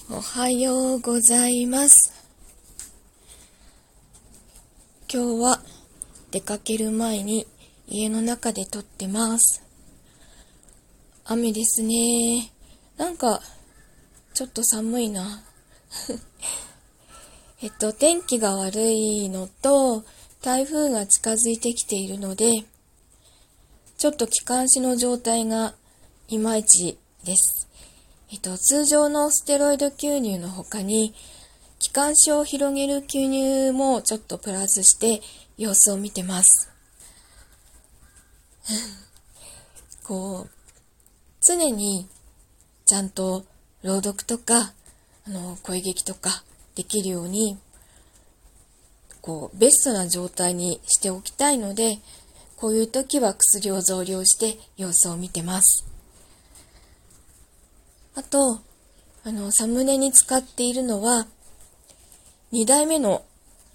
おはようございます。今日は出かける前に家の中で撮ってます。雨ですね。なんかちょっと寒いな。天気が悪いのと台風が近づいてきているので、ちょっと気管支の状態がいまいちです。通常のステロイド吸入の他に気管支を広げる吸入もちょっとプラスして様子を見てます。常にちゃんと朗読とか声劇とかできるようにベストな状態にしておきたいので、こういう時は薬を増量して様子を見てます。あとサムネに使っているのは2台目の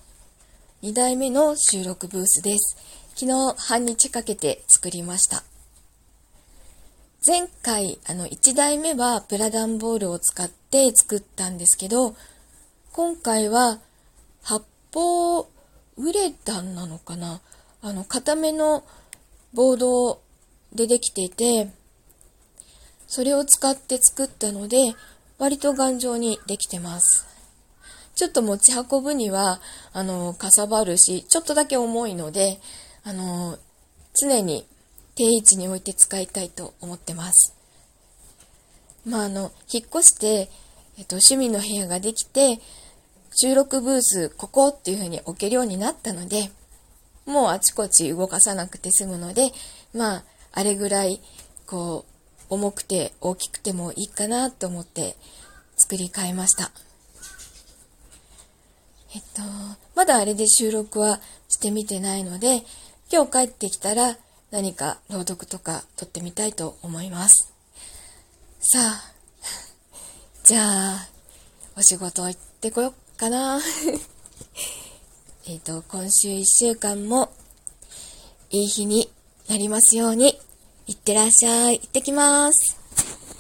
収録ブースです。昨日半日かけて作りました。前回1台目はプラダンボールを使って作ったんですけど、今回は発泡ウレタンなのかな、固めのボードでできていて、それを使って作ったので割と頑丈にできてます。ちょっと持ち運ぶにはかさばるし、ちょっとだけ重いので常に定位置に置いて使いたいと思ってます。引っ越して、趣味の部屋ができて収録ブースここっていう風に置けるようになったので、もうあちこち動かさなくて済むので、あれぐらい重くて大きくてもいいかなと思って作り変えました。まだあれで収録はしてみてないので、今日帰ってきたら何か朗読とか撮ってみたいと思います。さあ、じゃあお仕事行ってこよっかな。今週1週間もいい日になりますように。いってらっしゃい。行ってきます。